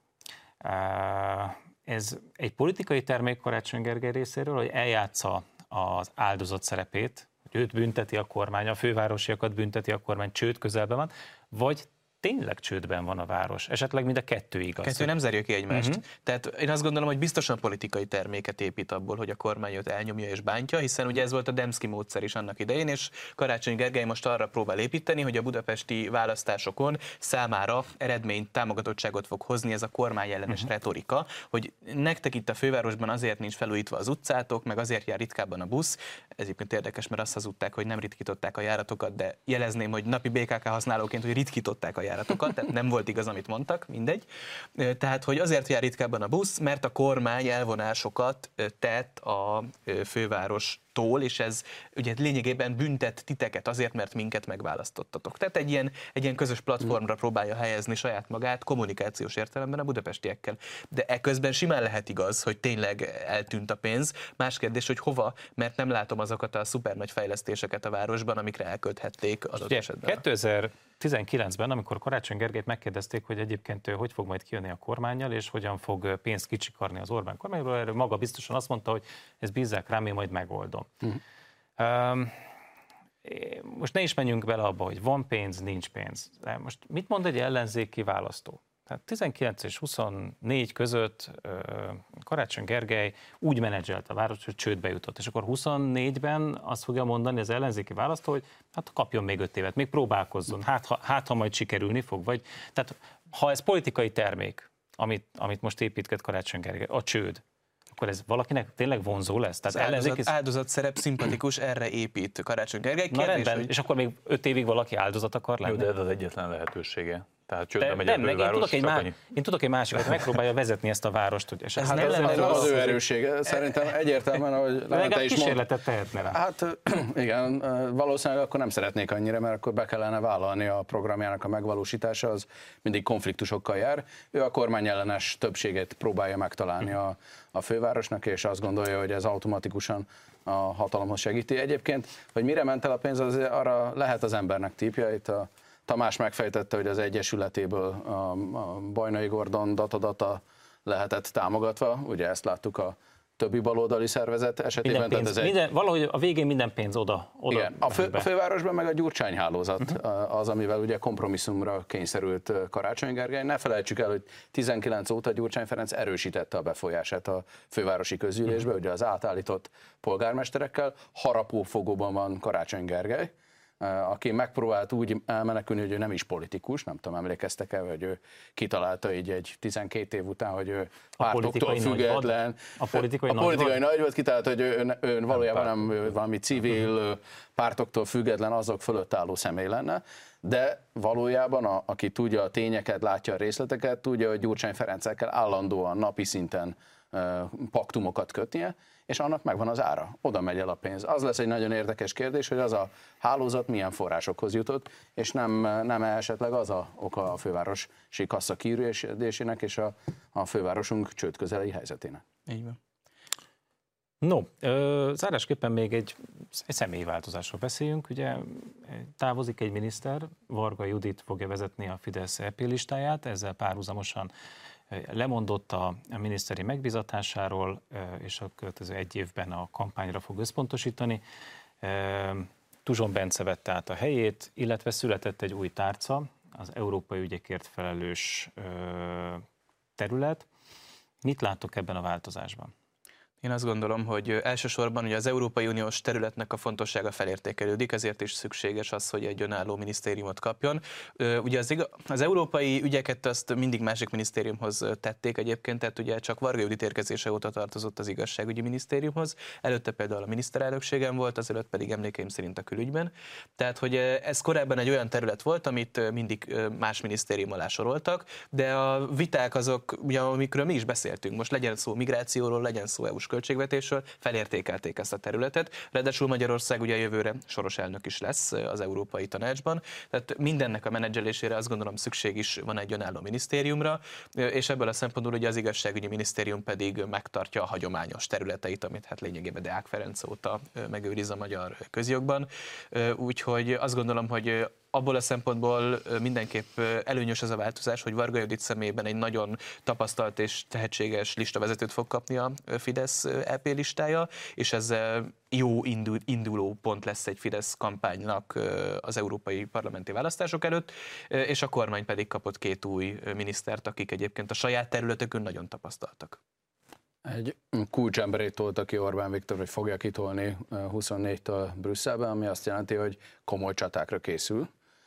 ez egy politikai termék Karácsony Gergely részéről, hogy eljátsza az áldozat szerepét, hogy őt bünteti a kormány, a fővárosiakat bünteti a kormány, csőd közelben van, vagy tényleg csődben van a város? Esetleg mind a kettő igaz? Kettő nem zárja ki egymást. Tehát én azt gondolom, hogy biztosan politikai terméket épít abból, hogy a kormány őt elnyomja és bántja, hiszen ugye ez volt a Demszky módszer is annak idején, és Karácsony Gergely most arra próbál építeni, hogy a budapesti választásokon számára eredményt, támogatottságot fog hozni ez a kormányellenes retorika, hogy nektek itt a fővárosban azért nincs felújítva az utcátok, meg azért jár ritkábban a busz. Ez egyébként érdekes, mert azt hazudták, hogy nem ritkították a járatokat, de jelezném, hogy napi BKK használóként, hogy ritkították a járatokat, tehát nem volt igaz, amit mondtak, mindegy. Tehát, hogy azért jár ritkábban a busz, mert a kormány elvonásokat tett a fővárostól, és ez ugye lényegében büntet titeket azért, mert minket megválasztottatok. Tehát egy ilyen közös platformra próbálja helyezni saját magát kommunikációs értelemben a budapestiekkel. De eközben simán lehet igaz, hogy tényleg eltűnt a pénz. Más kérdés, hogy hova, mert nem látom azokat a szuper nagy fejlesztéseket a városban, amikre elkölthették adott esetben. 2019-ben, amikor Karácsony Gergelyt megkérdezték, hogy egyébként hogy fog majd kijönni a kormánnyal, és hogyan fog pénzt kicsikarni az Orbán kormányról, erről maga biztosan azt mondta, hogy ezt bízzák rám, én majd megoldom. Most ne is menjünk bele abba, hogy van pénz, nincs pénz. De most mit mond egy ellenzéki választó? Tehát 19 és 24 között Karácsony Gergely úgy menedzselt a város, hogy csődbe jutott. És akkor 24-ben azt fogja mondani az ellenzéki választó, hogy hát kapjon még 5 évet, még próbálkozzon, hát ha majd sikerülni fog. Tehát ha ez politikai termék, amit most építket Karácsony Gergely, a csőd, akkor ez valakinek tényleg vonzó lesz? Tehát áldozat szerep szimpatikus, erre épít Karácsony Gergely. Na rendben, és akkor még 5 évig valaki áldozat akar lenni? Jó, de ez az egyetlen lehetősége. Tehát csődbe megy a főváros. Én tudok egy másikat, megpróbálja vezetni ezt a várost. Hogy ez nem az ő erőssége. Szerintem egyértelműen, ahogy Levente is kísérletet tehetne rá. Hát igen, valószínűleg akkor nem szeretnék annyira, mert akkor be kellene vállalni a programjának a megvalósítása, az mindig konfliktusokkal jár. Ő a kormányellenes többséget próbálja megtalálni a fővárosnak, és azt gondolja, hogy ez automatikusan a hatalomhoz segíti. Egyébként, hogy mire ment el a pénz, az arra lehet az embernek típja. Itt a Tamás megfejtette, hogy az egyesületéből a Vajnai Gordon Data lehetett támogatva, ugye ezt láttuk a többi baloldali szervezet esetében. Valahogy a végén minden pénz oda igen, a fővárosban meg a Gyurcsány hálózat az, amivel ugye kompromisszumra kényszerült Karácsony Gergely. Ne felejtsük el, hogy 19 óta Gyurcsány Ferenc erősítette a befolyását a fővárosi közgyűlésbe, ugye az átállított polgármesterekkel, harapófogóban van Karácsony Gergely, aki megpróbált úgy elmenekülni, hogy ő nem is politikus, nem tudom, emlékeztek el, hogy ő kitalálta így egy 12 év után, hogy ő pártoktól független. A politikai nagyvad kitalálta, hogy ő valójában nem valami civil pártoktól független, azok fölött álló személy lenne, de valójában aki tudja a tényeket, látja a részleteket, tudja, hogy Gyurcsány Ferencekkel állandóan napi szinten paktumokat kötnie, és annak megvan az ára. Oda megy el a pénz. Az lesz egy nagyon érdekes kérdés, hogy az a hálózat milyen forrásokhoz jutott, és nem esetleg az a oka a fővárosi kassa kiürésedésének és a fővárosunk csődközeli helyzetének. Így van. No, zárásképpen még egy személyi változásról beszéljünk. Ugye távozik egy miniszter, Varga Judit fogja vezetni a Fidesz EP listáját, ezzel párhuzamosan lemondott a miniszteri megbízatásáról, és a következő egy évben a kampányra fog összpontosítani. Tuzson Bence vette át a helyét, illetve született egy új tárca, az európai ügyekért felelős terület. Mit látok ebben a változásban? Én azt gondolom, hogy elsősorban ugye az Európai Uniós területnek a fontossága felértékelődik, ezért is szükséges az, hogy egy önálló minisztériumot kapjon. Ugye az európai ügyeket azt mindig másik minisztériumhoz tették egyébként, tehát ugye csak Varga Judit érkezése óta tartozott az igazságügyi minisztériumhoz, előtte például a miniszterelnökségen volt, azelőtt pedig emlékeim szerint a külügyben. Tehát, hogy ez korábban egy olyan terület volt, amit mindig más minisztérium alá soroltak, de a viták azok, ugye, amikről mi is beszéltünk, most legyen szó migrációról, legyen szó EU-s költségvetésről, felértékelték ezt a területet. Ráadásul Magyarország ugye jövőre soros elnök is lesz az Európai Tanácsban, tehát mindennek a menedzselésére azt gondolom szükség is van egy önálló minisztériumra, és ebből a szempontból ugye az igazságügyi minisztérium pedig megtartja a hagyományos területeit, amit hát lényegében Deák Ferenc óta megőriz a magyar közjogban. Úgyhogy azt gondolom, hogy abból a szempontból mindenképp előnyös az a változás, hogy Varga Judit személyében egy nagyon tapasztalt és tehetséges listavezetőt fog kapni a Fidesz EP listája, és ez jó induló pont lesz egy Fidesz kampánynak az európai parlamenti választások előtt, és a kormány pedig kapott 2 új minisztert, akik egyébként a saját területükön nagyon tapasztaltak. Egy kulcsemberét tolta ki Orbán Viktor, hogy fogja kitolni 24-től Brüsszelben, ami azt jelenti, hogy komoly csatákra készül.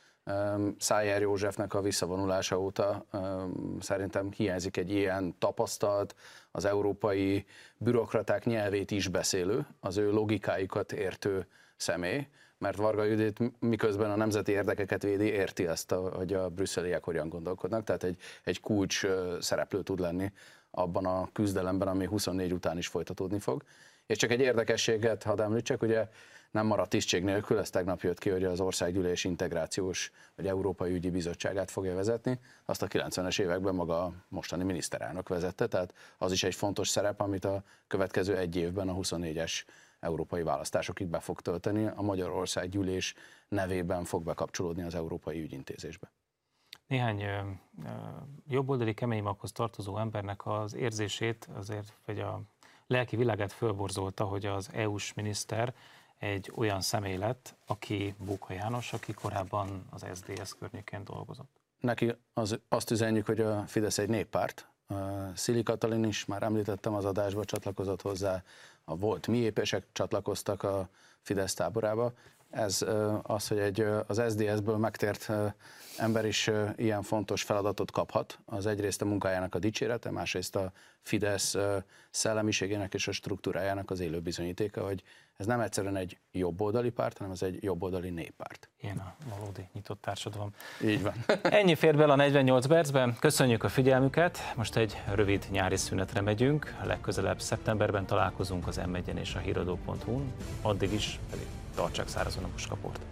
Szájer Józsefnek a visszavonulása óta szerintem hiányzik egy ilyen tapasztalt, az európai bürokraták nyelvét is beszélő, az ő logikáikat értő személy, mert Varga Judit miközben a nemzeti érdekeket védi, érti ezt, hogy a brüsszeliek hogyan gondolkodnak, tehát egy kulcs szereplő tud lenni abban a küzdelemben, ami 24 után is folytatódni fog. És csak egy érdekességet hadd említsek, ugye nem maradt tisztség nélkül, ez tegnap jött ki, hogy az Országgyűlés Integrációs vagy Európai Ügyi Bizottságát fogja vezetni, azt a 90-es években maga a mostani miniszterelnök vezette, tehát az is egy fontos szerep, amit a következő egy évben a 24-es európai választásokig be fog tölteni, a Magyarországgyűlés nevében fog bekapcsolódni az Európai Ügyintézésbe. Néhány jobboldali kemény maghoz tartozó embernek az érzését, azért, vagy a lelki világát fölborzolta, hogy az EU-s miniszter egy olyan személy lett, aki Bóka János, aki korábban az SZDSZ környékén dolgozott. Neki azt üzenjük, hogy a Fidesz egy néppárt. Szili Katalin is, már említettem, az adásba csatlakozott hozzá, a volt miépesek csatlakoztak a Fidesz táborába. Ez az, hogy az SZDSZ-ből megtért ember is ilyen fontos feladatot kaphat. Az egyrészt a munkájának a dicsérete, másrészt a Fidesz szellemiségének és a struktúrájának az élő bizonyítéka, hogy ez nem egyszerűen egy jobboldali párt, hanem ez egy jobboldali néppárt. Ilyen a valódi nyitott társadalom. Így van. Ennyi fér bele a 48 percben. Köszönjük a figyelmüket. Most egy rövid nyári szünetre megyünk. Legközelebb szeptemberben találkozunk az M1-en és a híradó.hu-n. Addig is pedig tartsák szárazon a puskaport.